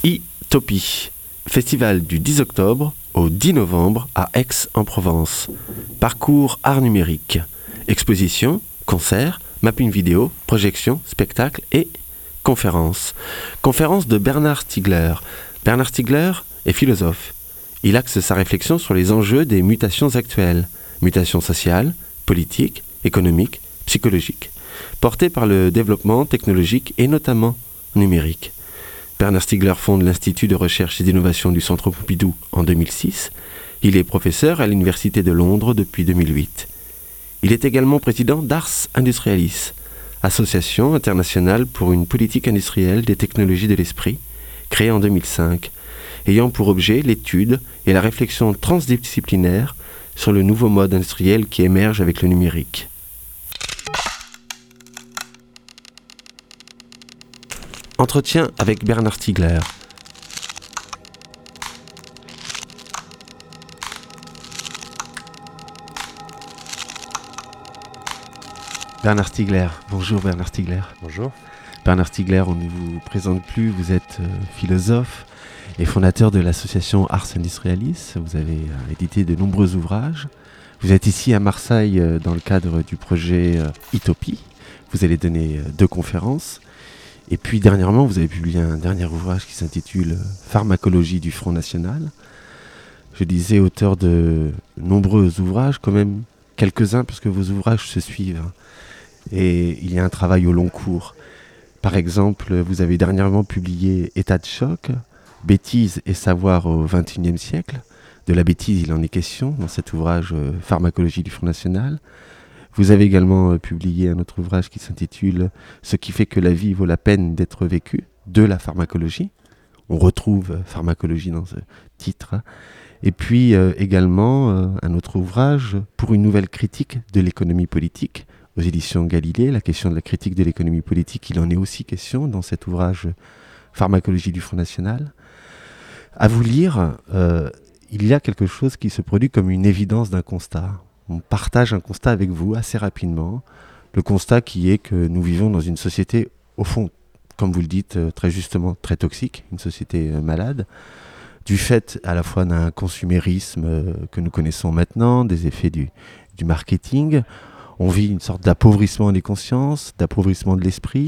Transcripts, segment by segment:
Itopie, festival du 10 octobre au 10 novembre à Aix-en-Provence. Parcours art numérique, exposition, concerts, mapping vidéo, projection, spectacle et conférences. Conférence de Bernard Stiegler. Bernard Stiegler est philosophe. Il axe sa réflexion sur les enjeux des mutations actuelles, mutations sociales, politiques, économiques, psychologiques, portées par le développement technologique et notamment numérique. Bernard Stiegler fonde l'Institut de recherche et d'innovation du Centre Pompidou en 2006. Il est professeur à l'Université de Londres depuis 2008. Il est également président d'Ars Industrialis, association internationale pour une politique industrielle des technologies de l'esprit, créée en 2005, ayant pour objet l'étude et la réflexion transdisciplinaire sur le nouveau mode industriel qui émerge avec le numérique. Entretien avec Bernard Stiegler. Bernard Stiegler, bonjour Bernard Stiegler. Bonjour. Bernard Stiegler, on ne vous présente plus, vous êtes philosophe et fondateur de l'association Ars Industrialis. Vous avez édité de nombreux ouvrages. Vous êtes ici à Marseille dans le cadre du projet Itopie. Vous allez donner 2 conférences. Et puis dernièrement, vous avez publié un dernier ouvrage qui s'intitule Pharmacologie du Front National. Je disais auteur de nombreux ouvrages, quand même quelques-uns, parce que vos ouvrages se suivent. Et il y a un travail au long cours. Par exemple, vous avez dernièrement publié État de choc, bêtise et savoir au XXIe siècle. De la bêtise, il en est question dans cet ouvrage Pharmacologie du Front National. Vous avez également publié un autre ouvrage qui s'intitule Ce qui fait que la vie vaut la peine d'être vécue, de la pharmacologie. On retrouve pharmacologie dans ce titre. Et puis également un autre ouvrage pour une nouvelle critique de l'économie politique aux éditions Galilée. La question de la critique de l'économie politique, il en est aussi question dans cet ouvrage Pharmacologie du Front National. À vous lire, il y a quelque chose qui se produit comme une évidence d'un constat. On partage un constat avec vous assez rapidement. Le constat qui est que nous vivons dans une société, au fond, comme vous le dites très justement, très toxique, une société malade, du fait à la fois d'un consumérisme que nous connaissons maintenant, des effets du marketing. On vit une sorte d'appauvrissement des consciences, d'appauvrissement de l'esprit,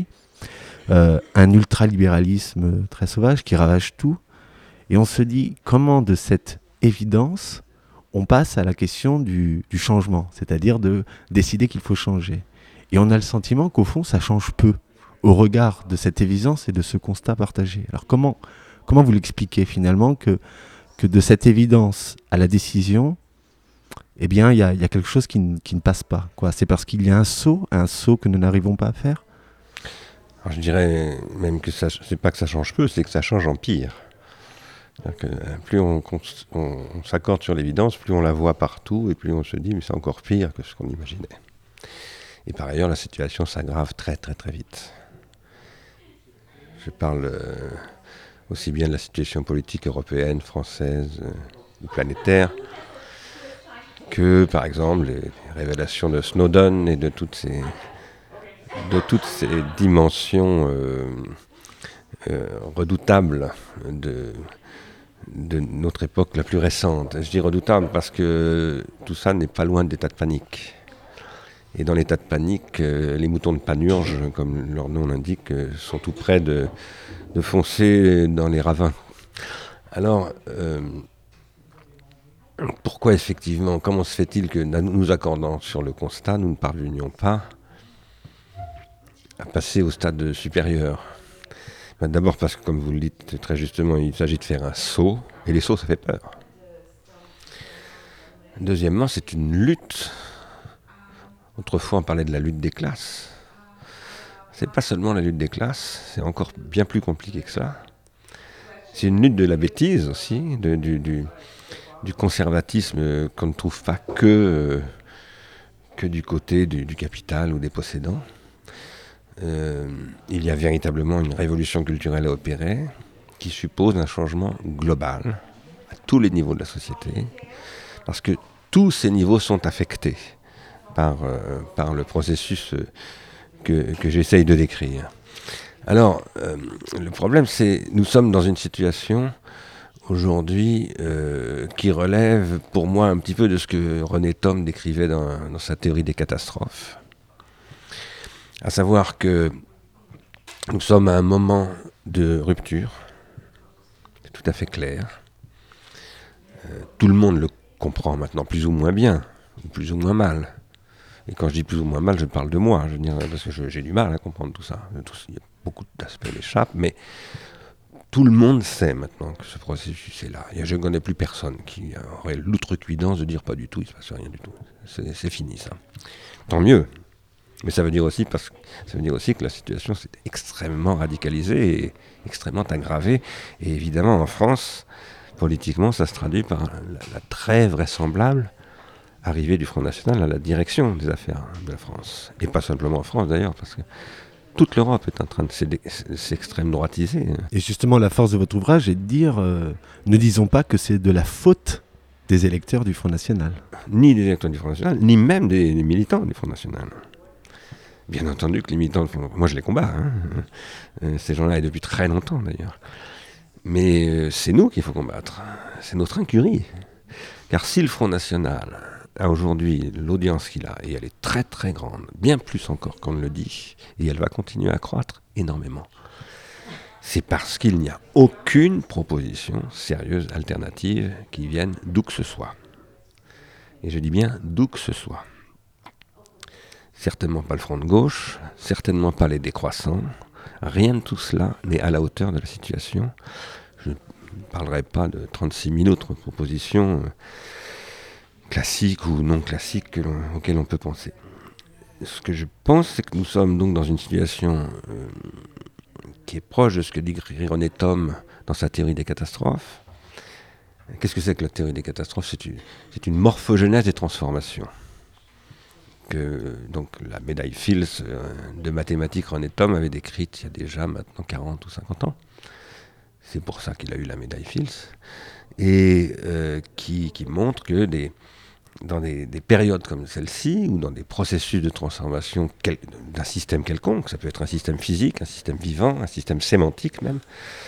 un ultralibéralisme très sauvage qui ravage tout. Et on se dit comment de cette évidence on passe à la question du changement, c'est-à-dire de décider qu'il faut changer. Et on a le sentiment qu'au fond, ça change peu au regard de cette évidence et de ce constat partagé. Alors comment vous l'expliquez finalement que de cette évidence à la décision, eh bien, il y a quelque chose qui ne passe pas, quoi. C'est parce qu'il y a un saut que nous n'arrivons pas à faire. Alors je dirais même que c'est pas que ça change peu, c'est que ça change en pire. Que plus on s'accorde sur l'évidence, plus on la voit partout et plus on se dit mais c'est encore pire que ce qu'on imaginait. Et par ailleurs, la situation s'aggrave très très très vite. Je parle aussi bien de la situation politique européenne, française, ou planétaire, que par exemple les révélations de Snowden et de toutes ces dimensions redoutables de notre époque la plus récente. Je dis redoutable parce que tout ça n'est pas loin de l'état de panique. Et dans l'état de panique, les moutons de Panurge, comme leur nom l'indique, sont tout près de foncer dans les ravins. Alors, pourquoi effectivement, comment se fait-il que nous accordant sur le constat, nous ne parvenions pas à passer au stade supérieur ? D'abord parce que, comme vous le dites très justement, il s'agit de faire un saut, et les sauts, ça fait peur. Deuxièmement, c'est une lutte. Autrefois, on parlait de la lutte des classes. C'est pas seulement la lutte des classes, c'est encore bien plus compliqué que ça. C'est une lutte de la bêtise aussi, du conservatisme qu'on ne trouve pas que du côté du capital ou des possédants. Il y a véritablement une révolution culturelle à opérer qui suppose un changement global à tous les niveaux de la société, parce que tous ces niveaux sont affectés par le processus que j'essaye de décrire. Alors, le problème, c'est nous sommes dans une situation aujourd'hui qui relève pour moi un petit peu de ce que René Thom décrivait dans sa théorie des catastrophes. À savoir que nous sommes à un moment de rupture, c'est tout à fait clair. Tout le monde le comprend maintenant, plus ou moins bien, ou plus ou moins mal. Et quand je dis plus ou moins mal, je parle de moi, je veux dire, parce que j'ai du mal à comprendre tout ça. Beaucoup d'aspects m'échappent, mais tout le monde sait maintenant que ce processus est là. Je ne connais plus personne qui aurait l'outrecuidance de dire pas du tout, il ne se passe rien du tout. C'est fini ça. Tant mieux. Mais ça veut dire aussi que la situation s'est extrêmement radicalisée et extrêmement aggravée. Et évidemment, en France, politiquement, ça se traduit par la très vraisemblable arrivée du Front National à la direction des affaires de la France. Et pas simplement en France d'ailleurs, parce que toute l'Europe est en train de s'extrême droitiser. Et justement, la force de votre ouvrage est de dire, ne disons pas que c'est de la faute des électeurs du Front National. Ni des électeurs du Front National, ni même des militants du Front National. Bien entendu que les militants, moi je les combats, ces gens-là, et depuis très longtemps d'ailleurs. Mais c'est nous qu'il faut combattre, c'est notre incurie. Car si le Front National a aujourd'hui l'audience qu'il a, et elle est très très grande, bien plus encore qu'on ne le dit, et elle va continuer à croître énormément, c'est parce qu'il n'y a aucune proposition sérieuse, alternative, qui vienne d'où que ce soit. Et je dis bien d'où que ce soit. Certainement pas le Front de gauche, certainement pas les décroissants. Rien de tout cela n'est à la hauteur de la situation. Je ne parlerai pas de 36 000 autres propositions classiques ou non classiques auxquelles on peut penser. Ce que je pense, c'est que nous sommes donc dans une situation qui est proche de ce que dit René Thom dans sa théorie des catastrophes. Qu'est-ce que c'est que la théorie des catastrophes ? C'est une morphogenèse des transformations. Donc la médaille Fields de mathématiques René Thom avait décrite il y a déjà maintenant 40 ou 50 ans. C'est pour ça qu'il a eu la médaille Fields. Et qui montre que dans des périodes comme celle-ci, ou dans des processus de transformation d'un système quelconque, ça peut être un système physique, un système vivant, un système sémantique même,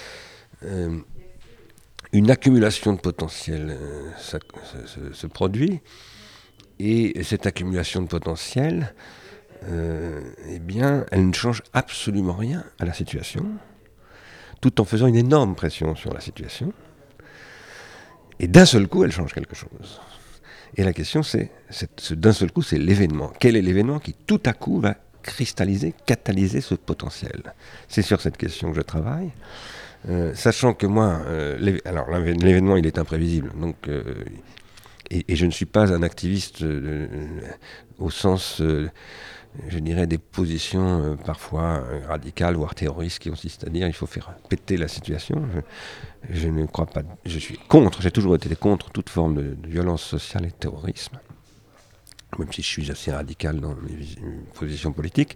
une accumulation de potentiel se produit. Et cette accumulation de potentiel, eh bien, elle ne change absolument rien à la situation, tout en faisant une énorme pression sur la situation. Et d'un seul coup, elle change quelque chose. Et la question, d'un seul coup, c'est l'événement. Quel est l'événement qui, tout à coup, va cristalliser, catalyser ce potentiel ? C'est sur cette question que je travaille. Sachant que moi, l'événement, il est imprévisible. Donc, et je ne suis pas un activiste au sens, je dirais, des positions parfois radicales, voire terroristes, qui consistent à dire il faut faire péter la situation. Je ne crois pas. Je suis contre, j'ai toujours été contre toute forme de violence sociale et de terrorisme, même si je suis assez radical dans mes positions politiques.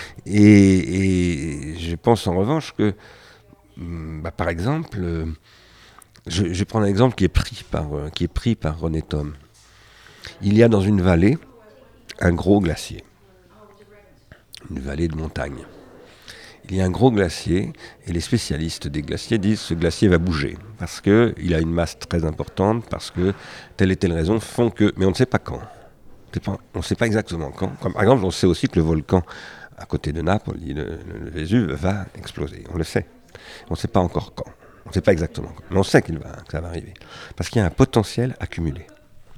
Et je pense en revanche que, par exemple, je prends un exemple qui est pris par René Thom. Il y a dans une vallée un gros glacier, une vallée de montagne. Il y a un gros glacier et les spécialistes des glaciers disent que ce glacier va bouger parce qu'il a une masse très importante, parce que telle et telle raison font que... Mais on ne sait pas quand. On ne sait pas exactement quand. Comme, par exemple, on sait aussi que le volcan à côté de Naples, le Vésuve, va exploser. On le sait. On ne sait pas encore quand. On ne sait pas exactement quand. Mais on sait que ça va arriver. Parce qu'il y a un potentiel accumulé.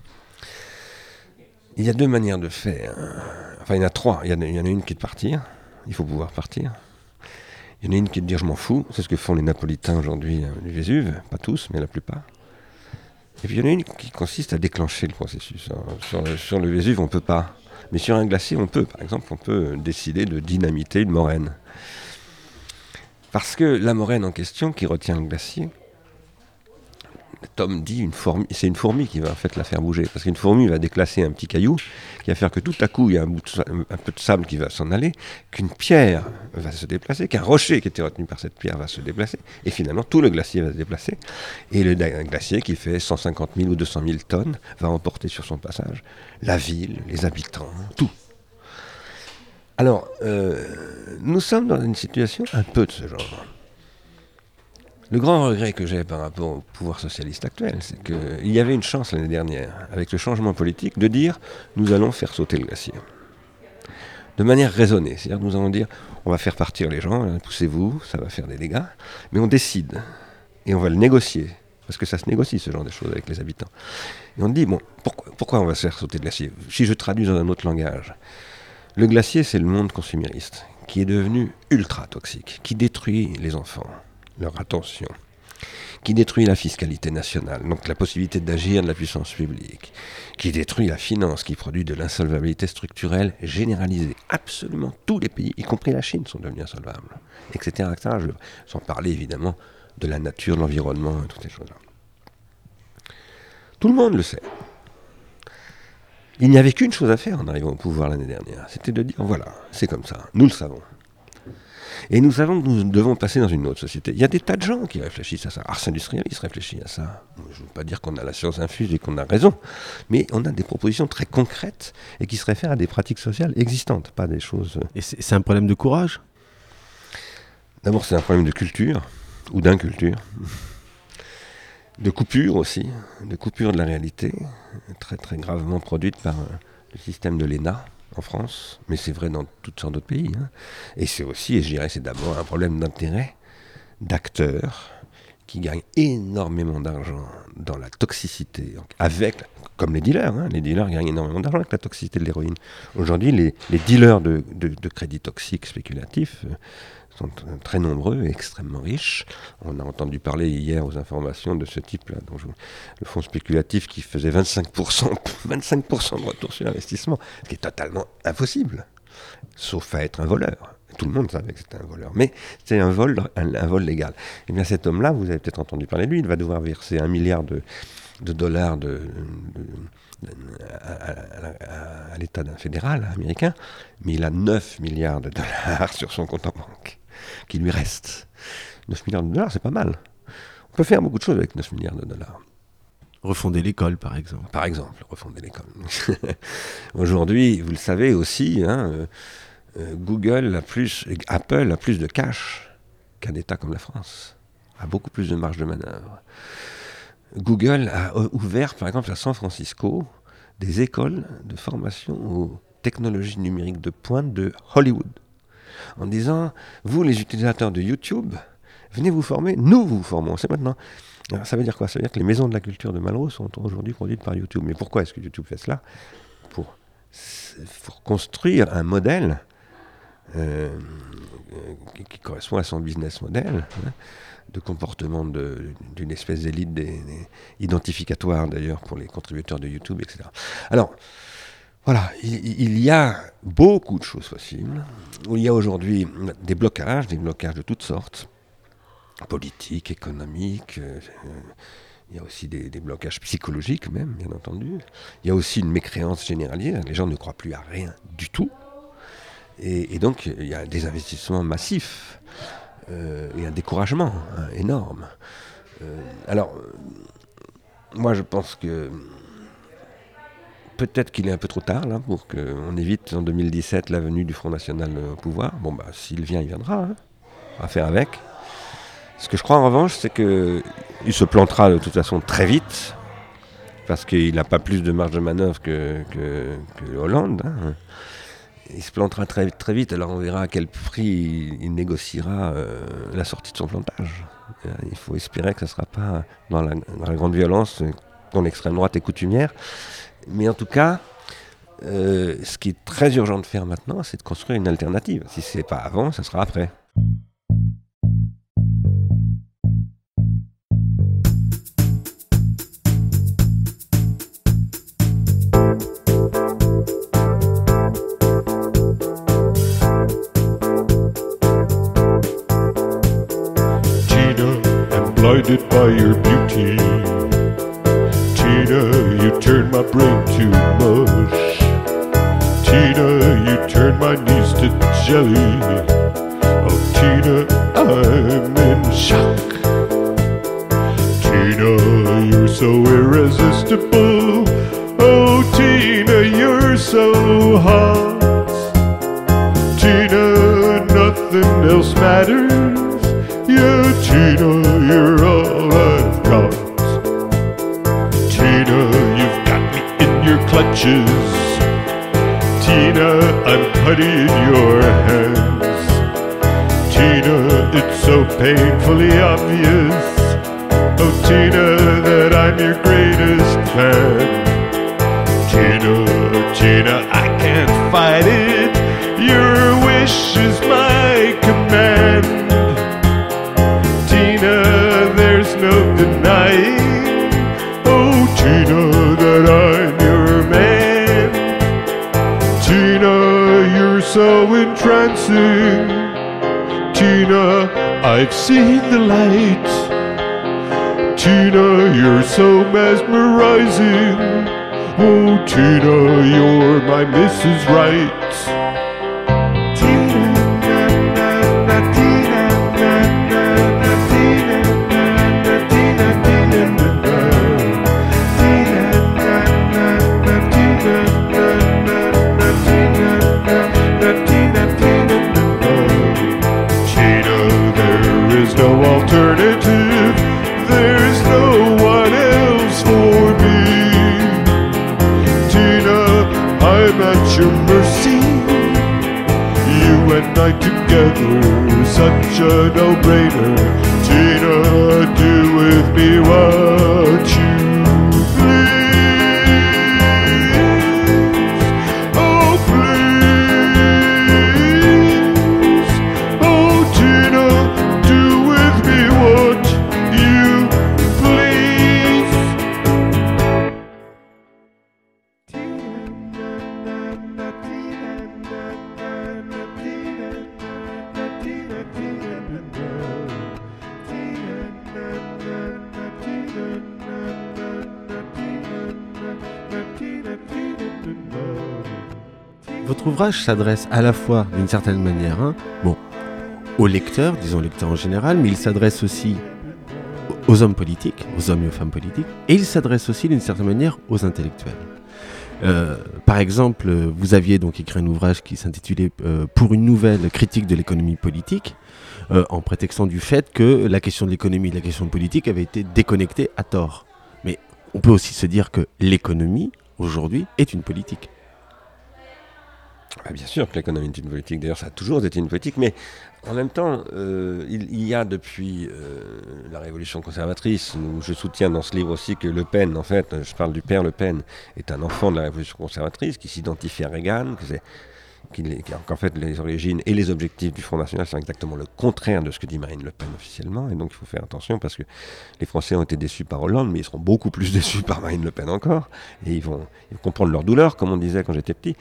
Il y a deux manières de faire. Enfin, il y en a trois. Il y en a une qui est de partir. Il faut pouvoir partir. Il y en a une qui est de dire je m'en fous. C'est ce que font les Napolitains aujourd'hui du Vésuve. Pas tous, mais la plupart. Et puis il y en a une qui consiste à déclencher le processus. Sur le Vésuve, on ne peut pas. Mais sur un glacier, on peut. Par exemple, on peut décider de dynamiter une moraine. Parce que la moraine en question, qui retient le glacier, Thom dit c'est une fourmi qui va en fait la faire bouger. Parce qu'une fourmi va déclasser un petit caillou, qui va faire que tout à coup, il y a un peu de sable qui va s'en aller, qu'une pierre va se déplacer, qu'un rocher qui était retenu par cette pierre va se déplacer, et finalement, tout le glacier va se déplacer. Et le glacier, qui fait 150 000 ou 200 000 tonnes, va emporter sur son passage la ville, les habitants, tout. Alors, nous sommes dans une situation un peu de ce genre. Le grand regret que j'ai par rapport au pouvoir socialiste actuel, c'est qu'il y avait une chance l'année dernière, avec le changement politique, de dire « nous allons faire sauter le glacier ». De manière raisonnée, c'est-à-dire nous allons dire « on va faire partir les gens, poussez-vous, ça va faire des dégâts », mais on décide, et on va le négocier, parce que ça se négocie ce genre de choses avec les habitants. Et on dit « bon, pourquoi on va se faire sauter le glacier ?» Si je traduis dans un autre langage, le glacier c'est le monde consumériste, qui est devenu ultra toxique, qui détruit les enfants, leur attention, qui détruit la fiscalité nationale, donc la possibilité d'agir de la puissance publique, qui détruit la finance, qui produit de l'insolvabilité structurelle généralisée. Absolument tous les pays, y compris la Chine, sont devenus insolvables, etc. Sans parler évidemment de la nature, de l'environnement, et toutes ces choses-là. Tout le monde le sait. Il n'y avait qu'une chose à faire en arrivant au pouvoir l'année dernière, c'était de dire voilà, c'est comme ça, nous le savons. Et nous savons que nous devons passer dans une autre société. Il y a des tas de gens qui réfléchissent à ça. Ars Industrialis réfléchit à ça. Je ne veux pas dire qu'on a la science infuse et qu'on a raison, mais on a des propositions très concrètes et qui se réfèrent à des pratiques sociales existantes, pas des choses... Et c'est un problème de courage ? D'abord, c'est un problème de culture, ou d'inculture, de coupure aussi, de coupure de la réalité, très très gravement produite par le système de l'ENA, en France, mais c'est vrai dans toutes sortes d'autres pays. Hein. Et c'est aussi, et je dirais, c'est d'abord un problème d'intérêt d'acteurs qui gagnent énormément d'argent dans la toxicité, comme les dealers. Hein. Les dealers gagnent énormément d'argent avec la toxicité de l'héroïne. Aujourd'hui, les dealers de crédits toxiques spéculatifs sont très nombreux et extrêmement riches. On a entendu parler hier aux informations de ce type-là, le fonds spéculatif qui faisait 25% de retour sur investissement, ce qui est totalement impossible, sauf à être un voleur. Tout le monde savait que c'était un voleur, mais c'est un vol légal. Et bien cet homme-là, vous avez peut-être entendu parler de lui, il va devoir verser 1 milliard de dollars à l'État fédéral américain, mais il a 9 milliards de dollars sur son compte en banque qui lui reste. 9 milliards de dollars, c'est pas mal. On peut faire beaucoup de choses avec 9 milliards de dollars. Refonder l'école, par exemple. Par exemple, refonder l'école. Aujourd'hui, vous le savez aussi, Google Apple a plus de cash qu'un État comme la France, a beaucoup plus de marge de manœuvre. Google a ouvert, par exemple, à San Francisco, des écoles de formation aux technologies numériques de pointe de Hollywood, en disant, vous les utilisateurs de YouTube, venez vous former, nous vous formons, c'est maintenant. Alors, ça veut dire quoi ? Ça veut dire que les maisons de la culture de Malraux sont aujourd'hui produites par YouTube. Mais pourquoi est-ce que YouTube fait cela ? Pour construire un modèle qui correspond à son business model, de comportement d'une espèce d'élite identificatoire d'ailleurs pour les contributeurs de YouTube, etc. Alors, voilà, il y a beaucoup de choses possibles. Il y a aujourd'hui des blocages de toutes sortes, politiques, économiques. Il y a aussi des blocages psychologiques même, bien entendu. Il y a aussi une mécréance généralisée. Les gens ne croient plus à rien du tout. Et donc, il y a des investissements massifs et un découragement énorme. Alors, moi, je pense que peut-être qu'il est un peu trop tard là, pour qu'on évite en 2017 la venue du Front National au pouvoir. Bon, bah, s'il vient, il viendra. Hein. On va faire avec. Ce que je crois en revanche, c'est qu'il se plantera de toute façon très vite, parce qu'il n'a pas plus de marge de manœuvre que Hollande. Hein. Il se plantera très, très vite, alors on verra à quel prix il négociera la sortie de son plantage. Il faut espérer que ça ne sera pas dans la grande violence dont l'extrême droite est coutumière. Mais en tout cas, ce qui est très urgent de faire maintenant, c'est de construire une alternative. Si ce n'est pas avant, ça sera après. Blinded by your beauty, Tina, you turn my brain to mush. Tina, you turn my knees to jelly. Oh, Tina, I'm in shock. Tina, you're so irresistible. Oh, Tina, you're so hot. nothing else matters. Yeah, Tina, you're all I've got. Tina, you've got me in your clutches. Tina, I'm putty in your hands. Tina, it's so painfully obvious. Oh, Tina, that I'm your greatest fan. Tina, Tina, I can't fight it. Your wish is my command. Tina, there's no denying. Oh, Tina, that I'm your man. Tina, you're so entrancing. Tina, I've seen the light. Tina, you're so mesmerizing. Oh, Tina, you're my Mrs. Right. Tina, na, na, na, Tina, na, na, na, Tina, na, na, Tina, Tina, na, na. Tina, na, na, na, Tina, na, na, na, Tina, na, na, Tina, Tina, na, na. Tina, there is no alternative. There's no one else for me. Tina, I'm at your mercy. You and I together, such a no-brainer. Tina, do with me what you please. Oh, please. Oh, Tina, do with me what you please. Votre ouvrage s'adresse à la fois, d'une certaine manière, aux lecteurs, disons lecteurs en général, mais il s'adresse aussi aux hommes politiques, aux hommes et aux femmes politiques, et il s'adresse aussi, d'une certaine manière, aux intellectuels. Par exemple, vous aviez donc écrit un ouvrage qui s'intitulait Pour une nouvelle critique de l'économie politique, en prétextant du fait que la question de l'économie et la question politique avaient été déconnectées à tort. Mais on peut aussi se dire que l'économie, aujourd'hui, est une politique. Ah, bien sûr que l'économie est une politique, d'ailleurs ça a toujours été une politique, mais en même temps, il y a depuis la révolution conservatrice, où je soutiens dans ce livre aussi que Le Pen, en fait, je parle du père Le Pen, est un enfant de la révolution conservatrice, qui s'identifie à Reagan, qu'en fait les origines et les objectifs du Front National sont exactement le contraire de ce que dit Marine Le Pen officiellement, et donc il faut faire attention parce que les Français ont été déçus par Hollande, mais ils seront beaucoup plus déçus par Marine Le Pen encore, et ils vont comprendre leur douleur, comme on disait quand j'étais petit.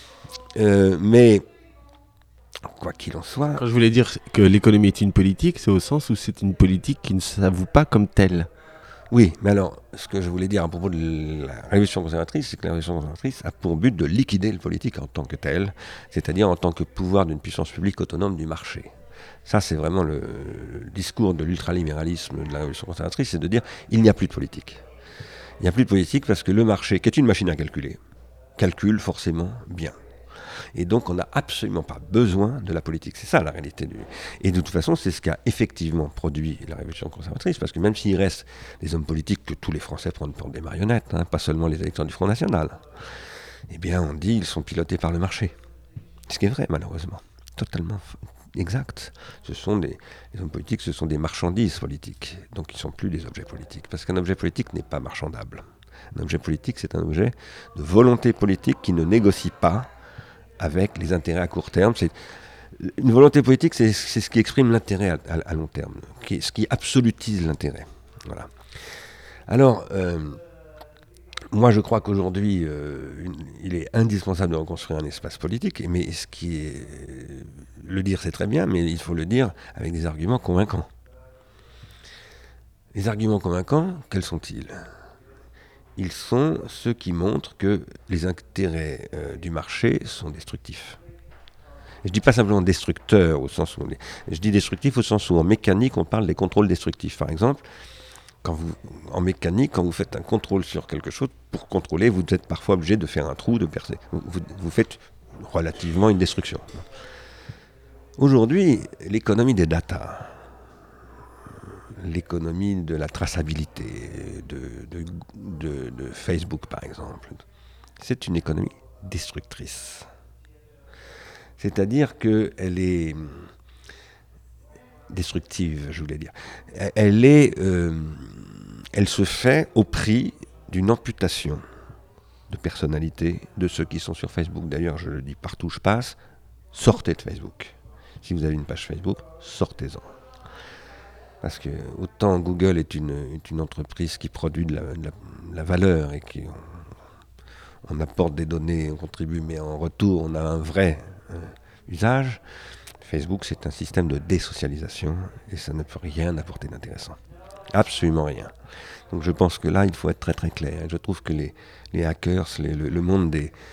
Mais quoi qu'il en soit... Quand je voulais dire que l'économie est une politique, c'est au sens où c'est une politique qui ne s'avoue pas comme telle. Oui, mais alors, ce que je voulais dire à propos de la révolution conservatrice, c'est que la révolution conservatrice a pour but de liquider le politique en tant que tel, c'est-à-dire en tant que pouvoir d'une puissance publique autonome du marché. Ça, c'est vraiment le discours de l'ultralibéralisme de la révolution conservatrice, c'est de dire il n'y a plus de politique. Il n'y a plus de politique parce que le marché, qui est une machine à calculer, calcule forcément bien. Et donc, on n'a absolument pas besoin de la politique. C'est ça, la réalité. Et de toute façon, c'est ce qu'a effectivement produit la révolution conservatrice, parce que même s'il reste des hommes politiques que tous les Français prennent pour des marionnettes, pas seulement les électeurs du Front National, eh bien, on dit qu'ils sont pilotés par le marché. Ce qui est vrai, malheureusement. Totalement exact. Les hommes politiques, ce sont des marchandises politiques. Donc, ils ne sont plus des objets politiques. Parce qu'un objet politique n'est pas marchandable. Un objet politique, c'est un objet de volonté politique qui ne négocie pas avec les intérêts à court terme. Une volonté politique, c'est ce qui exprime l'intérêt à long terme, ce qui absolutise l'intérêt. Voilà. Alors, moi je crois qu'aujourd'hui, il est indispensable de reconstruire un espace politique, mais le dire c'est très bien, mais il faut le dire avec des arguments convaincants. Les arguments convaincants, quels sont-ils ? Ils sont ceux qui montrent que les intérêts du marché sont destructifs. Et je ne dis pas simplement destructeurs, je dis destructifs au sens où en mécanique on parle des contrôles destructifs. Par exemple, en mécanique, quand vous faites un contrôle sur quelque chose, pour contrôler, vous êtes parfois obligé de faire un trou, de percer. Vous faites relativement une destruction. Aujourd'hui, l'économie des data, l'économie de la traçabilité de Facebook par exemple, c'est une économie destructrice. C'est-à-dire qu'elle est destructive, je voulais dire. Elle se fait au prix d'une amputation de personnalité de ceux qui sont sur Facebook. D'ailleurs, je le dis partout où je passe, sortez de Facebook. Si vous avez une page Facebook, sortez-en. Parce que autant Google est une entreprise qui produit de la valeur et qui on apporte des données, on contribue, mais en retour on a un vrai usage. Facebook, c'est un système de désocialisation et ça ne peut rien apporter d'intéressant. Absolument rien. Donc je pense que là, il faut être très très clair. Je trouve que les hackers, le monde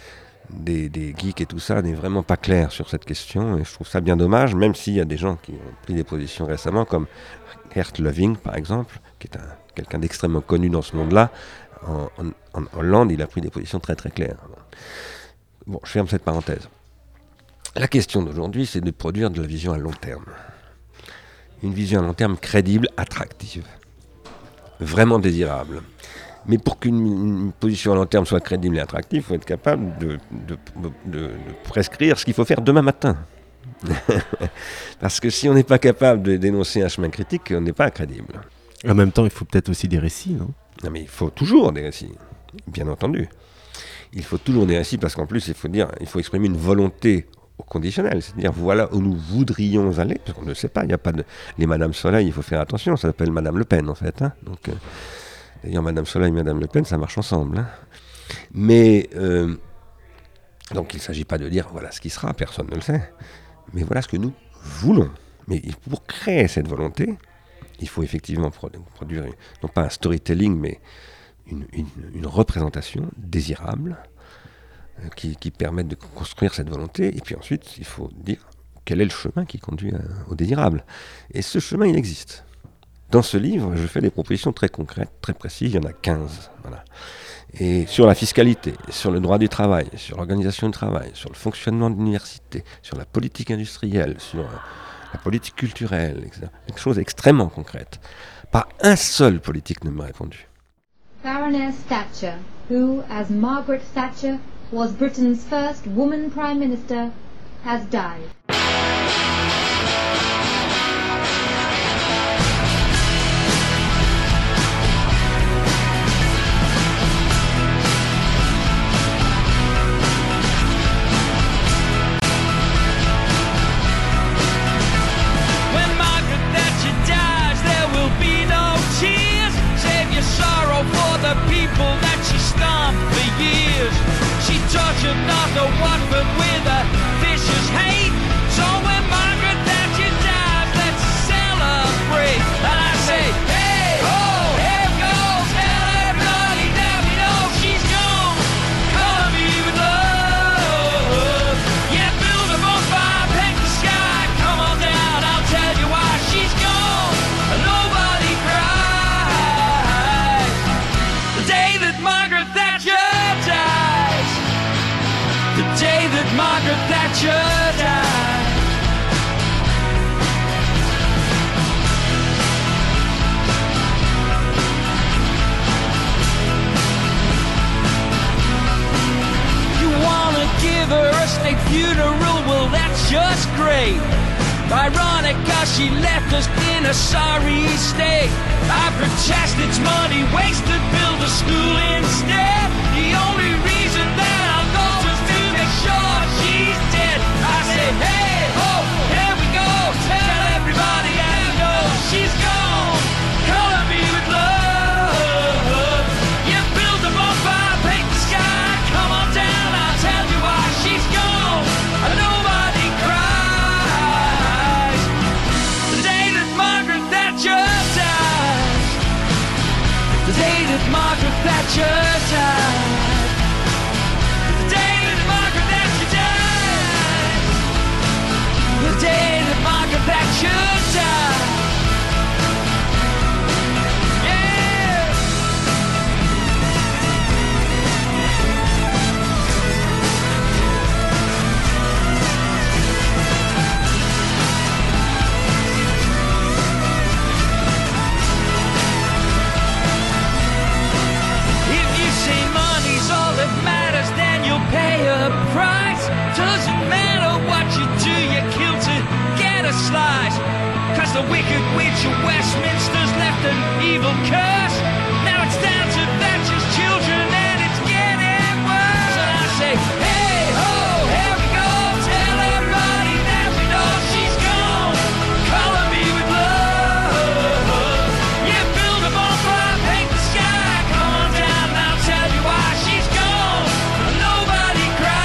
des geeks et tout ça n'est vraiment pas clair sur cette question et je trouve ça bien dommage, même s'il y a des gens qui ont pris des positions récemment, comme Geert Loving par exemple, qui est quelqu'un d'extrêmement connu dans ce monde-là. En Hollande, il a pris des positions très très claires. Bon, je ferme cette parenthèse. La question d'aujourd'hui, c'est de produire de la vision à long terme. Une vision à long terme crédible, attractive, vraiment désirable. Mais pour qu'une position à long terme soit crédible et attractive, il faut être capable de prescrire ce qu'il faut faire demain matin. Parce que si on n'est pas capable de dénoncer un chemin critique, on n'est pas crédible. En même temps, il faut peut-être aussi des récits, non ? Non, mais il faut toujours des récits, bien entendu. Il faut toujours des récits parce qu'en plus, il faut exprimer une volonté au conditionnel, c'est-à-dire voilà où nous voudrions aller, parce qu'on ne sait pas, il n'y a pas de... Les Madame Soleil, il faut faire attention, ça s'appelle Madame Le Pen en fait. Hein, donc, d'ailleurs, Madame Soleil et Madame Le Pen, ça marche ensemble. Hein. Mais, donc il ne s'agit pas de dire voilà ce qui sera, personne ne le sait, mais voilà ce que nous voulons. Mais pour créer cette volonté, il faut effectivement produire, non pas un storytelling, mais une représentation désirable qui permette de construire cette volonté. Et puis ensuite, il faut dire quel est le chemin qui conduit au désirable. Et ce chemin, il existe. Dans ce livre, je fais des propositions très concrètes, très précises. Il y en a 15. Voilà. Et sur la fiscalité, sur le droit du travail, sur l'organisation du travail, sur le fonctionnement de l'université, sur la politique industrielle, sur la politique culturelle, etc. Quelque chose d'extrêmement concrète. Pas un seul politique ne m'a répondu. Baroness Thatcher, who, as Margaret Thatcher, was Britain's first woman Prime Minister, has died. When Margaret Thatcher dies, there will be no tears. Save your sorrow for the people that she stomped for years. She tortured North of Watford with a vicious hate. So when Margaret Thatcher dies, let's celebrate. And I say, hey ho, here goes. Tell everybody down below she's gone. Color me with love. Yeah, build a bonfire, paint the sky. Come on down, I'll tell you why she's gone. And nobody cries the day that Margaret Thatcher dies. The day that Margaret Thatcher died. You wanna give her a state funeral? Well, that's just great. Ironic, cause she left us in a sorry state. I protest it's money wasted, build a school instead. The only reason that I'll go is to make sure she's dead. I say, hey ho, here we go. Tell everybody I know she's gone. Color me with love. You build a bonfire, paint the sky. Come on down, I'll tell you why she's gone. Nobody cries the day that Margaret Thatcher dies. The day that Margaret Thatcher died. price. Doesn't matter what you do, you're killed to get a slice. Cause the wicked witch of Westminster's left an evil curse. Now it's down to Thatcher's children and it's getting worse. And I say, hey ho, here we go. Tell everybody that we know she's gone. Color me with love. Yeah, build a bonfire, paint the sky. Come on down and I'll tell you why she's gone. Nobody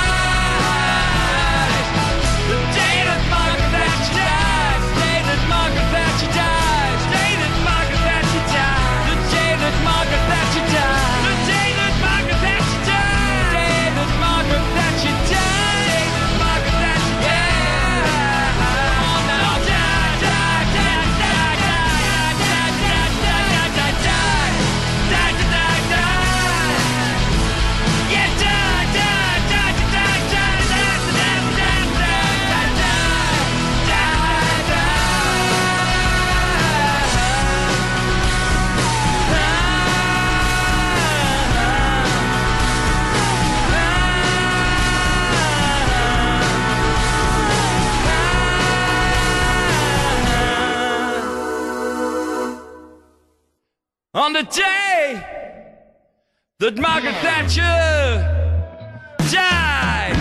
cries. The day that Margaret Thatcher dies. The day that Margaret Thatcher dies. The day that Margaret Thatcher dies. The day that Margaret Thatcher dies. The day that Margaret Thatcher dies. The day that Margaret Thatcher dies. The day that Margaret Thatcher dies. Come on now, die, die, die, die, die, die, die, die, die, die, die, die, die, die. Yeah, die, die, die, die, die, die, die, die, on the day that Margaret Thatcher died.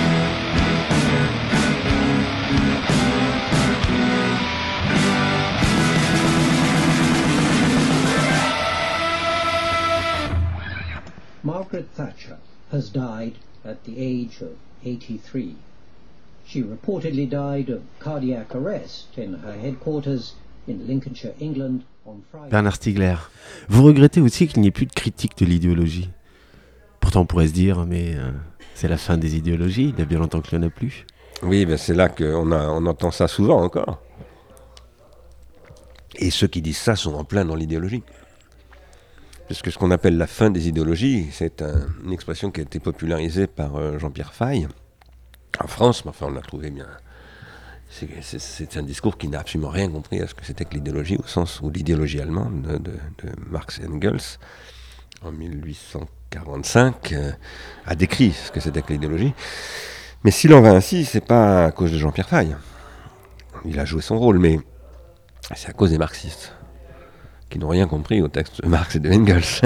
Margaret Thatcher has died at the age of 83. She reportedly died of cardiac arrest in her headquarters in Lincolnshire, England, on Friday. Bernard Stiegler, vous regrettez aussi qu'il n'y ait plus de critique de l'idéologie. Pourtant, on pourrait se dire, mais c'est la fin des idéologies, il y a bien longtemps qu'il n'y en a plus. Oui, ben c'est là qu'on entend ça souvent encore. Et ceux qui disent ça sont en plein dans l'idéologie. Parce que ce qu'on appelle la fin des idéologies, c'est une expression qui a été popularisée par Jean-Pierre Faye en France, mais enfin on l'a trouvé bien. C'est un discours qui n'a absolument rien compris à ce que c'était que l'idéologie, au sens où l'idéologie allemande de Marx et Engels, en 1845, a décrit ce que c'était que l'idéologie. Mais s'il en va ainsi, c'est pas à cause de Jean-Pierre Faye. Il a joué son rôle, mais c'est à cause des marxistes, qui n'ont rien compris au texte de Marx et de Engels.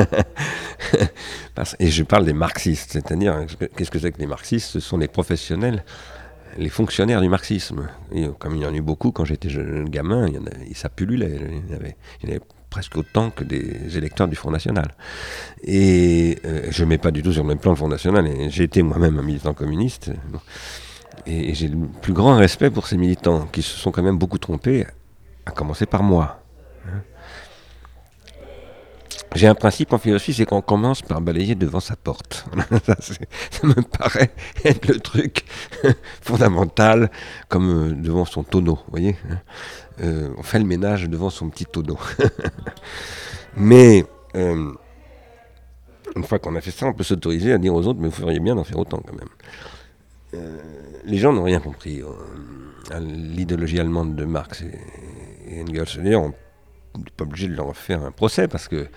Et je parle des marxistes, c'est-à-dire, qu'est-ce que c'est que les marxistes ? Ce sont les professionnels, les fonctionnaires du marxisme. Et comme il y en a eu beaucoup quand j'étais jeune gamin, ça pullulait. Il y en avait presque autant que des électeurs du Front National. Et je ne mets pas du tout sur le même plan le Front National, et j'ai été moi-même un militant communiste. Et j'ai le plus grand respect pour ces militants, qui se sont quand même beaucoup trompés, à commencer par moi. J'ai un principe en philosophie, c'est qu'on commence par balayer devant sa porte. Ça me paraît être le truc fondamental, comme devant son tonneau, vous voyez. On fait le ménage devant son petit tonneau. Mais une fois qu'on a fait ça, on peut s'autoriser à dire aux autres, mais vous feriez bien d'en faire autant quand même. Les gens n'ont rien compris à l'idéologie allemande de Marx et Engels. D'ailleurs, on n'est pas obligé de leur faire un procès, parce que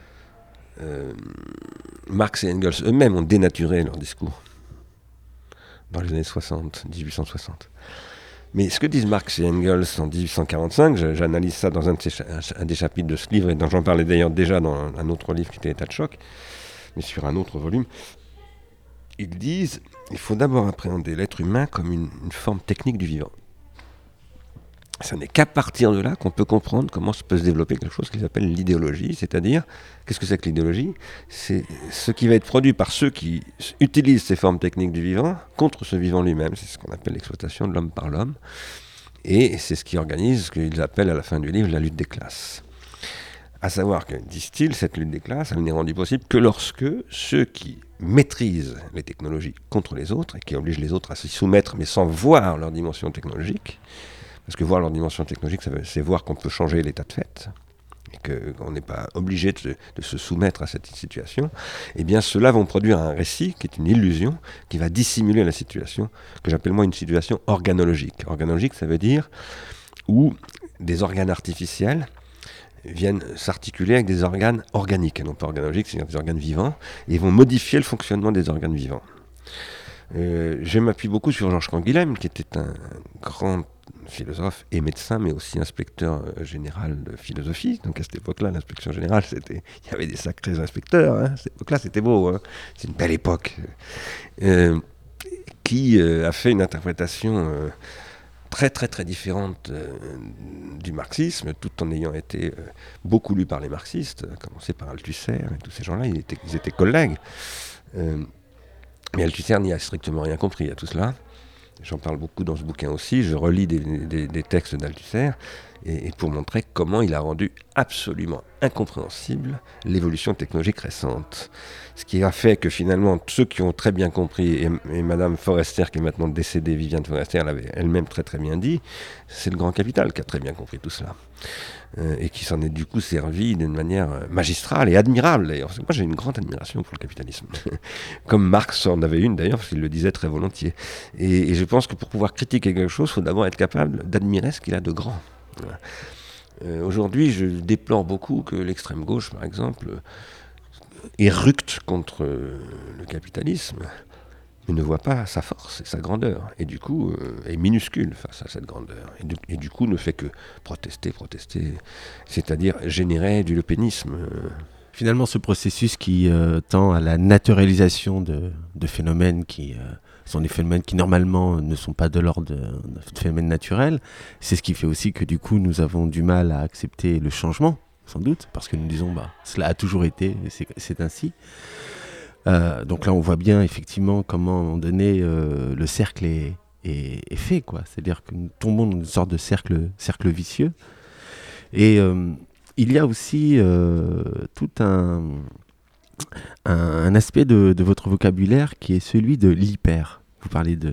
Marx et Engels eux-mêmes ont dénaturé leur discours dans les années 60, 1860. Mais ce que disent Marx et Engels en 1845, j'analyse ça dans un des chapitres de ce livre, et dont j'en parlais d'ailleurs déjà dans un autre livre qui était État de choc, mais sur un autre volume. Ils disent qu'il faut d'abord appréhender l'être humain comme une forme technique du vivant. Ce n'est qu'à partir de là qu'on peut comprendre comment se peut se développer quelque chose qu'ils appellent l'idéologie, c'est-à-dire, qu'est-ce que c'est que l'idéologie ? C'est ce qui va être produit par ceux qui utilisent ces formes techniques du vivant contre ce vivant lui-même. C'est ce qu'on appelle l'exploitation de l'homme par l'homme. Et c'est ce qui organise ce qu'ils appellent à la fin du livre la lutte des classes. À savoir que, disent-ils, cette lutte des classes, elle n'est rendue possible que lorsque ceux qui maîtrisent les technologies contre les autres, et qui obligent les autres à s'y soumettre, mais sans voir leur dimension technologique, parce que voir leur dimension technologique, c'est voir qu'on peut changer l'état de fait, et qu'on n'est pas obligé de se soumettre à cette situation, eh bien ceux-là vont produire un récit qui est une illusion, qui va dissimuler la situation, que j'appelle moi une situation organologique. Organologique, ça veut dire où des organes artificiels viennent s'articuler avec des organes organiques, et non pas organologiques, c'est-à-dire des organes vivants, et vont modifier le fonctionnement des organes vivants. Je m'appuie beaucoup sur Georges Canguilhem, qui était un grand philosophe et médecin, mais aussi inspecteur général de philosophie. Donc à cette époque-là, l'inspection générale, il y avait des sacrés inspecteurs. Hein. À cette époque-là, c'était beau. Hein. C'est une belle époque. Qui a fait une interprétation très très très différente du marxisme, tout en ayant été beaucoup lu par les marxistes, à commencer par Althusser et tous ces gens-là, ils étaient collègues. Mais Althusser n'y a strictement rien compris à tout cela. J'en parle beaucoup dans ce bouquin aussi, je relis des textes d'Althusser, et pour montrer comment il a rendu absolument incompréhensible l'évolution technologique récente. Ce qui a fait que finalement, ceux qui ont très bien compris, et Madame Forester, qui est maintenant décédée, Viviane Forester, l'avait elle-même très très bien dit, c'est le grand capital qui a très bien compris tout cela. Et qui s'en est du coup servi d'une manière magistrale et admirable d'ailleurs. Moi j'ai une grande admiration pour le capitalisme. Comme Marx en avait une d'ailleurs, parce qu'il le disait très volontiers. Et je pense que pour pouvoir critiquer quelque chose, il faut d'abord être capable d'admirer ce qu'il a de grand. Aujourd'hui, je déplore beaucoup que l'extrême gauche, par exemple, éructe contre le capitalisme, mais ne voit pas sa force et sa grandeur, et du coup est minuscule face à cette grandeur, et du coup ne fait que protester, c'est-à-dire générer du lepénisme. Finalement, ce processus qui tend à la naturalisation de phénomènes qui sont des phénomènes qui normalement ne sont pas de l'ordre de phénomènes naturels, c'est ce qui fait aussi que du coup nous avons du mal à accepter le changement, sans doute, parce que nous disons cela a toujours été, et c'est ainsi. Donc là on voit bien effectivement comment à un moment donné le cercle est fait, quoi. C'est-à-dire que nous tombons dans une sorte de cercle vicieux. Et il y a aussi tout un aspect de votre vocabulaire qui est celui de l'hyper. Vous parlez de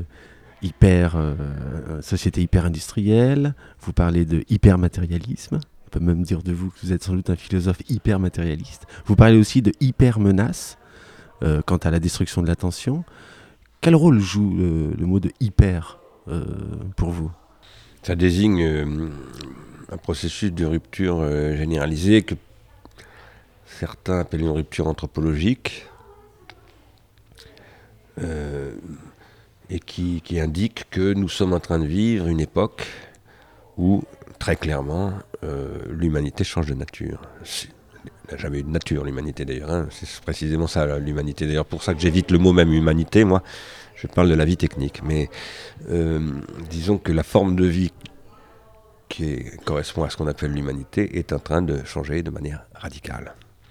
société hyper-industrielle, vous parlez de hyper-matérialisme, on peut même dire de vous que vous êtes sans doute un philosophe hyper-matérialiste. Vous parlez aussi de hyper-menace quant à la destruction de l'attention. Quel rôle joue le mot de hyper pour vous ? Ça désigne un processus de rupture généralisée que certains appellent une rupture anthropologique et qui indique que nous sommes en train de vivre une époque où, très clairement, l'humanité change de nature. Elle n'a jamais eu de nature, l'humanité d'ailleurs. Hein. C'est précisément ça, l'humanité. D'ailleurs, pour ça que j'évite le mot même humanité, moi, je parle de la vie technique. Mais disons que la forme de vie qui correspond à ce qu'on appelle l'humanité est en train de changer de manière radicale.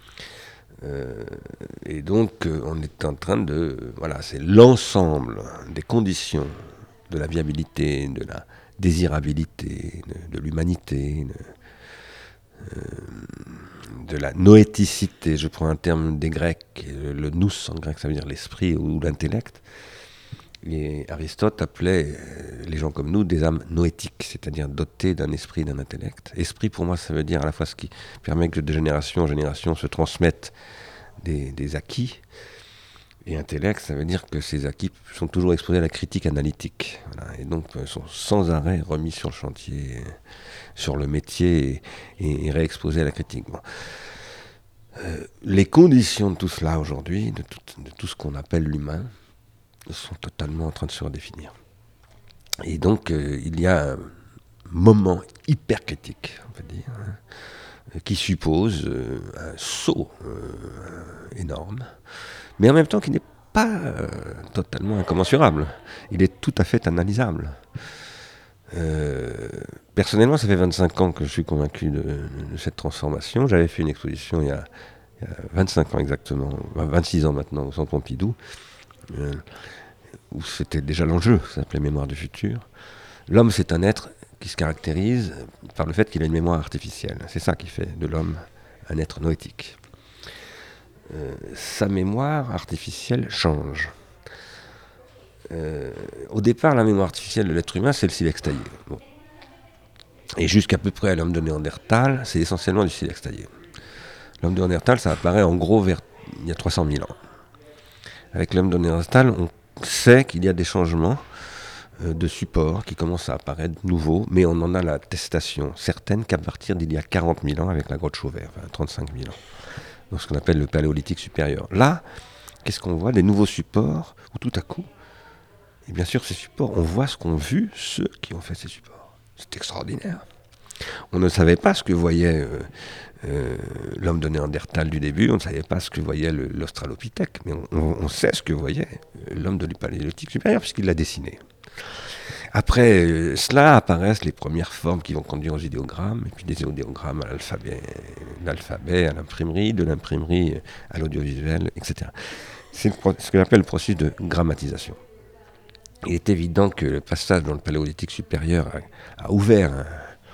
Et donc, on est en train de... Voilà, c'est l'ensemble des conditions de la viabilité, de la désirabilité, de l'humanité, de la noéticité. Je prends un terme des Grecs, le nous en grec, ça veut dire l'esprit ou l'intellect. Et Aristote appelait les gens comme nous des âmes noétiques, c'est-à-dire dotées d'un esprit, d'un intellect. Esprit, pour moi, ça veut dire à la fois ce qui permet que de génération en génération se transmettent des acquis. Et intellect, ça veut dire que ces acquis sont toujours exposés à la critique analytique. Voilà, et donc sont sans arrêt remis sur le chantier, sur le métier et réexposés à la critique. Bon. Les conditions de tout cela aujourd'hui, de tout ce qu'on appelle l'humain, sont totalement en train de se redéfinir. Et donc, il y a un moment hyper critique, on peut dire, qui suppose un saut énorme, mais en même temps qui n'est pas totalement incommensurable. Il est tout à fait analysable. Personnellement, ça fait 25 ans que je suis convaincu de cette transformation. J'avais fait une exposition il y a 25 ans exactement, 26 ans maintenant, au Centre Pompidou, où c'était déjà l'enjeu, ça s'appelait Mémoire du futur. L'homme, c'est un être qui se caractérise par le fait qu'il a une mémoire artificielle. C'est ça qui fait de l'homme un être noétique. Sa mémoire artificielle change. Au départ, la mémoire artificielle de l'être humain, c'est le silex taillé. Bon. Et jusqu'à peu près à l'homme de Néandertal, c'est essentiellement du silex taillé. L'homme de Néandertal, ça apparaît en gros vers il y a 300 000 ans. Avec l'homme de Néandertal, on sait qu'il y a des changements de support qui commencent à apparaître nouveaux, mais on en a l'attestation certaine qu'à partir d'il y a 40 000 ans avec la grotte Chauvet, enfin 35 000 ans, dans ce qu'on appelle le paléolithique supérieur. Là, qu'est-ce qu'on voit ? Des nouveaux supports où tout à coup, Et bien sûr, ces supports, on voit ce qu'ont vu ceux qui ont fait ces supports. C'est extraordinaire. On ne savait pas ce que voyait l'homme de Néandertal du début, on ne savait pas ce que voyait l'Australopithèque, mais on sait ce que voyait l'homme de Paléolithique supérieur, puisqu'il l'a dessiné. Après cela apparaissent les premières formes qui vont conduire aux idéogrammes, et puis des idéogrammes à l'alphabet, à l'imprimerie, de l'imprimerie à l'audiovisuel, etc. C'est ce que j'appelle le processus de grammatisation. Il est évident que le passage dans le Paléolithique supérieur a ouvert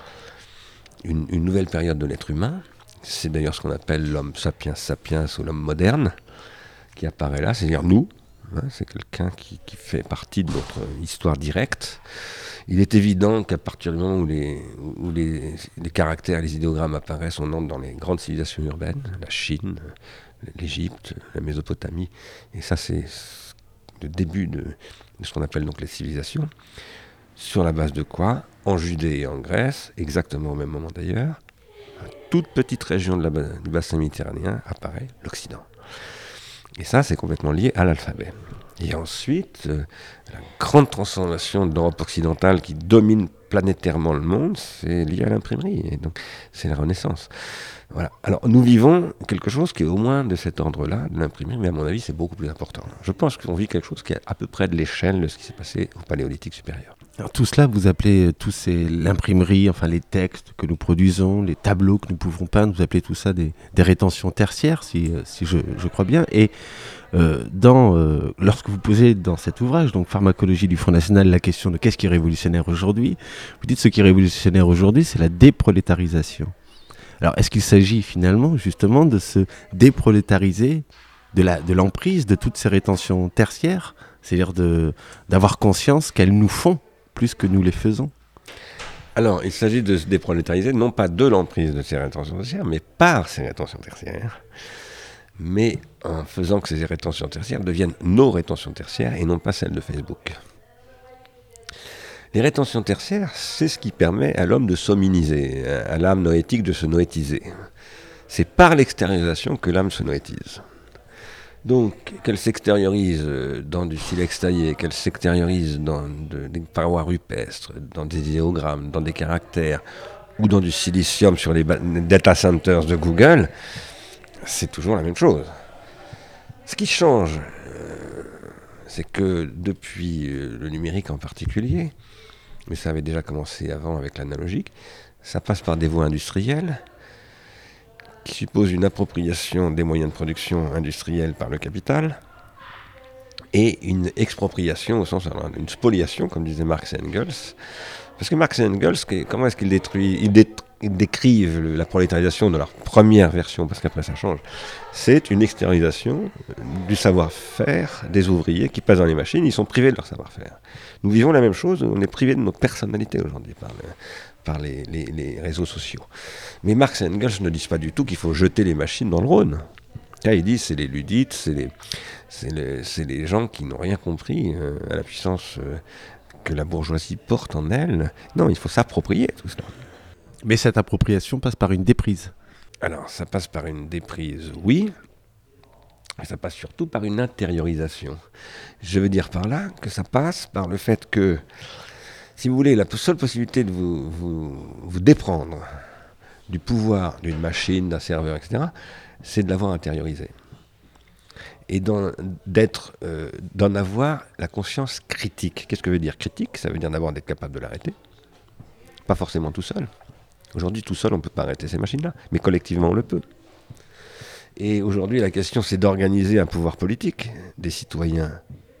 une nouvelle période de l'être humain. C'est d'ailleurs ce qu'on appelle l'homme sapiens sapiens ou l'homme moderne qui apparaît là, c'est-à-dire nous. C'est quelqu'un qui fait partie de notre histoire directe. Il est évident qu'à partir du moment où les caractères et les idéogrammes apparaissent, on entre dans les grandes civilisations urbaines, la Chine, l'Égypte, la Mésopotamie. Et ça, c'est le début de ce qu'on appelle donc les civilisations. Sur la base de quoi, en Judée et en Grèce, exactement au même moment d'ailleurs, à toute petite région du bassin méditerranéen apparaît l'Occident. Et ça, c'est complètement lié à l'alphabet. Et ensuite, la grande transformation de l'Europe occidentale qui domine planétairement le monde, c'est lié à l'imprimerie. Et donc, c'est la Renaissance. Voilà. Alors, nous vivons quelque chose qui est au moins de cet ordre-là, de l'imprimerie, mais à mon avis, c'est beaucoup plus important. Je pense qu'on vit quelque chose qui est à peu près de l'échelle de ce qui s'est passé au Paléolithique supérieur. Alors tout cela, vous appelez l'imprimerie, enfin les textes que nous produisons, les tableaux que nous pouvons peindre, vous appelez tout ça des rétentions tertiaires, si je crois bien. Et lorsque vous posez dans cet ouvrage, donc Pharmacologie du Front National, la question de qu'est-ce qui est révolutionnaire aujourd'hui, vous dites ce qui est révolutionnaire aujourd'hui, c'est la déprolétarisation. Alors est-ce qu'il s'agit finalement justement de se déprolétariser de l'emprise de toutes ces rétentions tertiaires, c'est-à-dire d'avoir conscience qu'elles nous font plus que nous les faisons? Alors, il s'agit de se déprolétariser, non pas de l'emprise de ces rétentions tertiaires, mais par ces rétentions tertiaires, mais en faisant que ces rétentions tertiaires deviennent nos rétentions tertiaires et non pas celles de Facebook. Les rétentions tertiaires, c'est ce qui permet à l'homme de s'hominiser, à l'âme noétique de se noétiser. C'est par l'extériorisation que l'âme se noétise. Donc, qu'elle s'extériorise dans du silex taillé, qu'elle s'extériorise dans des parois rupestres, dans des idéogrammes, dans des caractères, ou dans du silicium sur les data centers de Google, c'est toujours la même chose. Ce qui change, c'est que depuis le numérique en particulier, mais ça avait déjà commencé avant avec l'analogique, ça passe par des voies industrielles, qui suppose une appropriation des moyens de production industriels par le capital et une expropriation au sens, alors, une spoliation, comme disait Marx et Engels. Parce que Marx et Engels, comment est-ce qu'ils décrivent la prolétarisation de leur première version, parce qu'après ça change, c'est une extériorisation du savoir-faire des ouvriers qui passent dans les machines, ils sont privés de leur savoir-faire. Nous vivons la même chose, on est privés de notre personnalité aujourd'hui par les réseaux sociaux. Mais Marx et Engels ne disent pas du tout qu'il faut jeter les machines dans le Rhône. Là, ils disent c'est les ludites, c'est les gens qui n'ont rien compris à la puissance que la bourgeoisie porte en elle. Non, il faut s'approprier tout cela. Mais cette appropriation passe par une déprise. Alors, ça passe par une déprise, oui, mais ça passe surtout par une intériorisation. Je veux dire par là que ça passe par le fait que, si vous voulez, la seule possibilité de vous déprendre du pouvoir d'une machine, d'un serveur, etc., c'est de l'avoir intériorisé. Et d'en avoir la conscience critique. Qu'est-ce que veut dire critique? Ça veut dire d'abord d'être capable de l'arrêter. Pas forcément tout seul. Aujourd'hui, tout seul, on ne peut pas arrêter ces machines-là, mais collectivement, on le peut. Et aujourd'hui, la question, c'est d'organiser un pouvoir politique des citoyens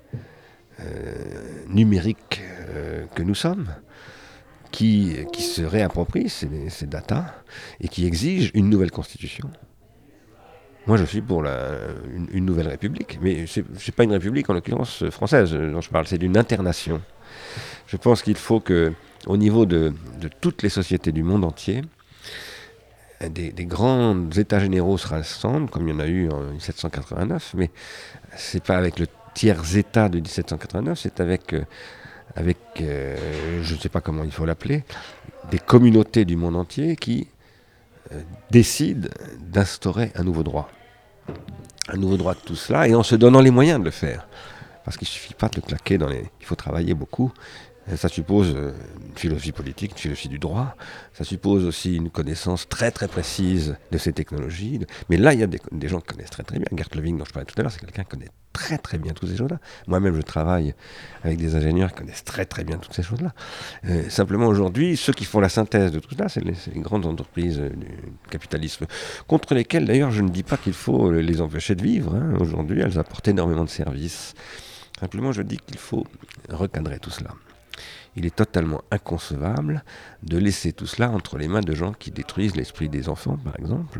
numériques que nous sommes, qui se réapproprient ces datas et qui exigent une nouvelle constitution. Moi, je suis pour une nouvelle république, mais c'est pas une république, en l'occurrence française dont je parle, c'est d'une internation. Je pense qu'il faut que, au niveau de toutes les sociétés du monde entier, des grands états généraux se rassemblent, comme il y en a eu en 1789, mais c'est pas avec le tiers état de 1789, c'est avec je ne sais pas comment il faut l'appeler, des communautés du monde entier qui décident d'instaurer un nouveau droit. Un nouveau droit de tout cela, et en se donnant les moyens de le faire. Parce qu'il ne suffit pas de claquer il faut travailler beaucoup. Ça suppose une philosophie politique, une philosophie du droit. Ça suppose aussi une connaissance très très précise de ces technologies. Mais là, il y a des gens qui connaissent très très bien. Gert Leving, dont je parlais tout à l'heure, c'est quelqu'un qui connaît très très bien toutes ces choses-là. Moi-même, je travaille avec des ingénieurs qui connaissent très très bien toutes ces choses-là. Simplement, aujourd'hui, ceux qui font la synthèse de tout ça, c'est les grandes entreprises du capitalisme, contre lesquelles, d'ailleurs, je ne dis pas qu'il faut les empêcher de vivre. Hein. Aujourd'hui, elles apportent énormément de services. Simplement, je dis qu'il faut recadrer tout cela. Il est totalement inconcevable de laisser tout cela entre les mains de gens qui détruisent l'esprit des enfants, par exemple.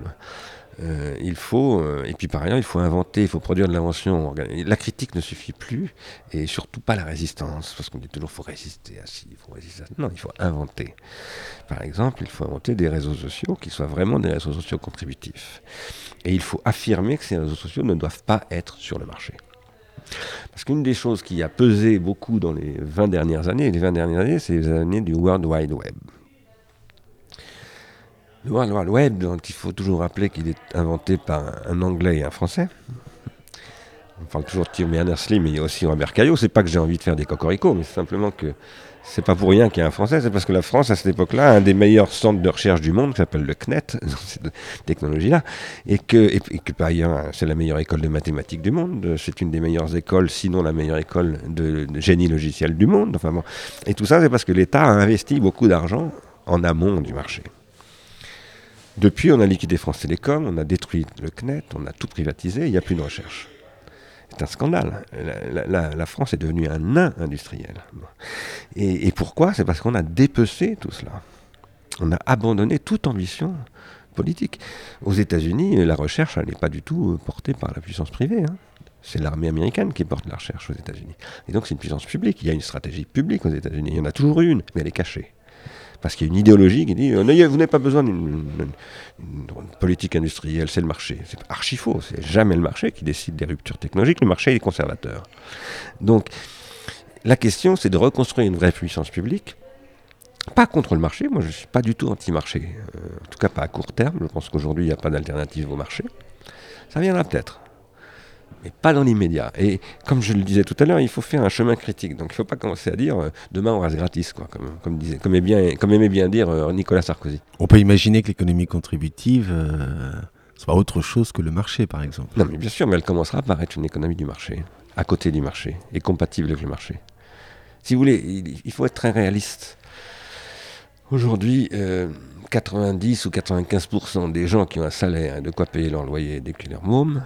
Et puis par ailleurs, il faut inventer, il faut produire de l'invention. La critique ne suffit plus, et surtout pas la résistance, parce qu'on dit toujours qu'il faut résister à ci, il faut résister à ça. Non, il faut inventer. Par exemple, il faut inventer des réseaux sociaux qui soient vraiment des réseaux sociaux contributifs. Et il faut affirmer que ces réseaux sociaux ne doivent pas être sur le marché. Parce qu'une des choses qui a pesé beaucoup dans les 20 dernières années, c'est les années du World Wide Web. Le World Wide Web, dont il faut toujours rappeler qu'il est inventé par un Anglais et un Français. On parle toujours de Tim Berners-Lee, mais il y a aussi Robert Caillot. C'est pas que j'ai envie de faire des cocoricots, mais c'est simplement que c'est pas pour rien qu'il y a un Français, c'est parce que la France, à cette époque-là, a un des meilleurs centres de recherche du monde, qui s'appelle le CNET, dans cette technologie-là, et que par ailleurs, c'est la meilleure école de mathématiques du monde, c'est une des meilleures écoles, sinon la meilleure école de génie logiciel du monde. Enfin bon. Et tout ça, c'est parce que l'État a investi beaucoup d'argent en amont du marché. Depuis, on a liquidé France Télécom, on a détruit le CNET, on a tout privatisé, il n'y a plus de recherche. C'est un scandale. La France est devenue un nain industriel. Et pourquoi ? C'est parce qu'on a dépecé tout cela. On a abandonné toute ambition politique. Aux États-Unis, la recherche, elle n'est pas du tout portée par la puissance privée. Hein. C'est l'armée américaine qui porte la recherche aux États-Unis. Et donc c'est une puissance publique. Il y a une stratégie publique aux États-Unis. Il y en a toujours une, mais elle est cachée. Parce qu'il y a une idéologie qui dit vous n'avez pas besoin d'une politique industrielle, c'est le marché. C'est archi faux, c'est jamais le marché qui décide des ruptures technologiques, le marché est conservateur. Donc la question, c'est de reconstruire une vraie puissance publique, pas contre le marché. Moi je ne suis pas du tout anti-marché, en tout cas pas à court terme. Je pense qu'aujourd'hui il n'y a pas d'alternative au marché. Ça viendra peut-être, mais pas dans l'immédiat. Et comme je le disais tout à l'heure, il faut faire un chemin critique. Donc il ne faut pas commencer à dire demain on reste gratis, quoi, comme aimait bien dire Nicolas Sarkozy. On peut imaginer que l'économie contributive soit autre chose que le marché, par exemple. Non, mais bien sûr, mais elle commencera par être une économie du marché, à côté du marché, et compatible avec le marché. Si vous voulez, il faut être très réaliste. Aujourd'hui, 90 ou 95% des gens qui ont un salaire et de quoi payer leur loyer et leur môme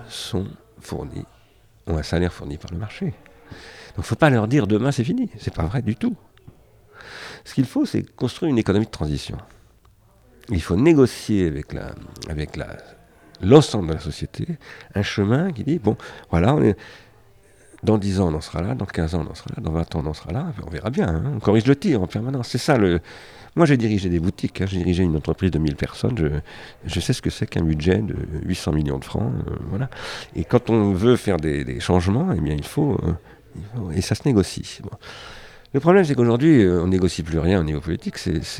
ont un salaire fourni par le marché. Donc il ne faut pas leur dire demain c'est fini, c'est pas vrai du tout. Ce qu'il faut, c'est construire une économie de transition. Il faut négocier avec l'ensemble de la société un chemin qui dit bon, voilà, dans 10 ans on en sera là, dans 15 ans on en sera là, dans 20 ans on en sera là, on verra bien, hein, on corrige le tir en permanence. C'est ça Moi j'ai dirigé des boutiques, j'ai dirigé une entreprise de 1000 personnes, je sais ce que c'est qu'un budget de 800 millions de francs, voilà. Et quand on veut faire des changements, eh bien il faut et ça se négocie. Bon. Le problème c'est qu'aujourd'hui on négocie plus rien au niveau politique,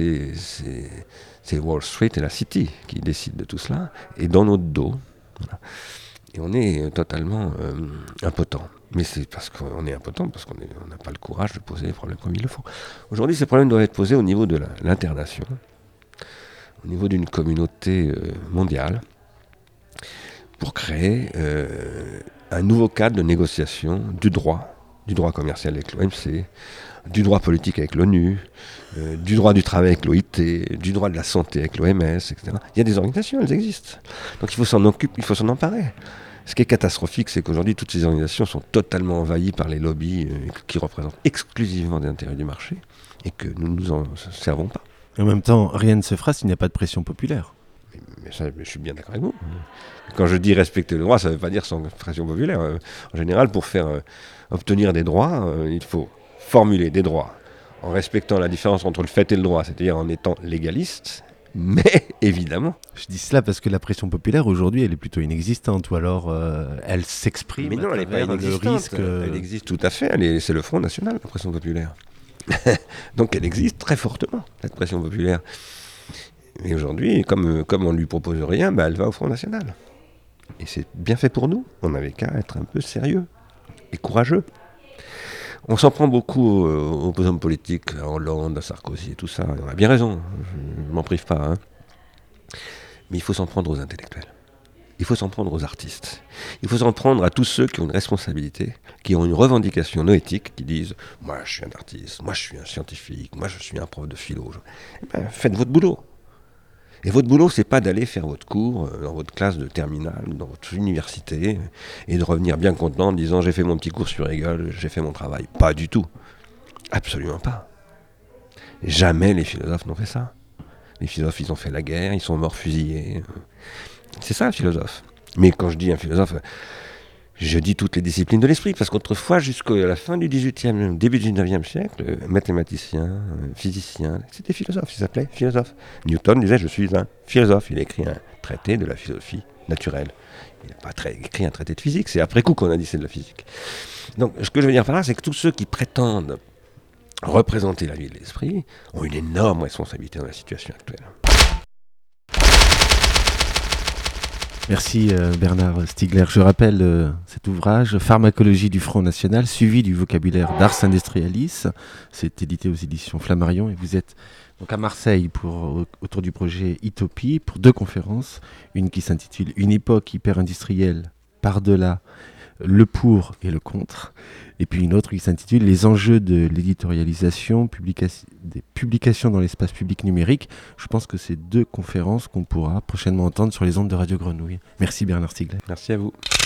c'est Wall Street et la City qui décident de tout cela, et dans notre dos, voilà. Et on est totalement impotent. Mais c'est parce qu'on est impotent, parce qu'on n'a pas le courage de poser les problèmes comme il le faut. Aujourd'hui, ces problèmes doivent être posés au niveau de l'internation, au niveau d'une communauté mondiale, pour créer un nouveau cadre de négociation du droit commercial avec l'OMC, du droit politique avec l'ONU, du droit du travail avec l'OIT, du droit de la santé avec l'OMS, etc. Il y a des organisations, elles existent. Donc il faut s'en occuper, il faut s'en emparer. Ce qui est catastrophique, c'est qu'aujourd'hui, toutes ces organisations sont totalement envahies par les lobbies qui représentent exclusivement des intérêts du marché et que nous ne nous en servons pas. En même temps, rien ne se fera s'il n'y a pas de pression populaire. Mais je suis bien d'accord avec vous. Quand je dis respecter le droit, ça ne veut pas dire sans pression populaire. En général, pour faire obtenir des droits, il faut formuler des droits en respectant la différence entre le fait et le droit, c'est-à-dire en étant légaliste. Mais évidemment. Je dis cela parce que la pression populaire aujourd'hui, elle est plutôt inexistante, ou alors elle s'exprime. Mais non, elle n'est pas inexistante. Elle existe tout à fait. C'est le Front National, la pression populaire. Donc elle existe très fortement, cette pression populaire. Et aujourd'hui, comme on ne lui propose rien, elle va au Front National. Et c'est bien fait pour nous. On n'avait qu'à être un peu sérieux et courageux. On s'en prend beaucoup aux hommes politiques, à Hollande, à Sarkozy et tout ça. On a bien raison, je ne m'en prive pas. Hein. Mais il faut s'en prendre aux intellectuels. Il faut s'en prendre aux artistes. Il faut s'en prendre à tous ceux qui ont une responsabilité, qui ont une revendication noétique, qui disent « Moi, je suis un artiste, moi, je suis un scientifique, moi, je suis un prof de philo. » Faites votre boulot. Et votre boulot, c'est pas d'aller faire votre cours dans votre classe de terminale, dans votre université, et de revenir bien content en disant « J'ai fait mon petit cours sur Hegel, j'ai fait mon travail. » Pas du tout. Absolument pas. Jamais les philosophes n'ont fait ça. Les philosophes, ils ont fait la guerre, ils sont morts fusillés. C'est ça, un philosophe. Mais quand je dis un philosophe, je dis toutes les disciplines de l'esprit, parce qu'autrefois, jusqu'à la fin du XVIIIe, début du XIXe siècle, mathématicien, physicien, c'était philosophe, il s'appelait philosophe. Newton disait, je suis un philosophe. Il a écrit un traité de la philosophie naturelle. Il n'a pas écrit un traité de physique, c'est après coup qu'on a dit c'est de la physique. Donc, ce que je veux dire par là, c'est que tous ceux qui prétendent représenter la vie de l'esprit ont une énorme responsabilité dans la situation actuelle. Merci Bernard Stiegler. Je rappelle cet ouvrage, Pharmacologie du Front National, suivi du vocabulaire d'Ars Industrialis. C'est édité aux éditions Flammarion et vous êtes donc à Marseille autour du projet Itopie pour 2 conférences. Une qui s'intitule « Une époque hyper-industrielle par-delà le pour et le contre ». Et puis une autre qui s'intitule « Les enjeux de l'éditorialisation, des publications dans l'espace public numérique ». Je pense que c'est 2 conférences qu'on pourra prochainement entendre sur les ondes de Radio Grenouille. Merci Bernard Stiegler. Merci à vous.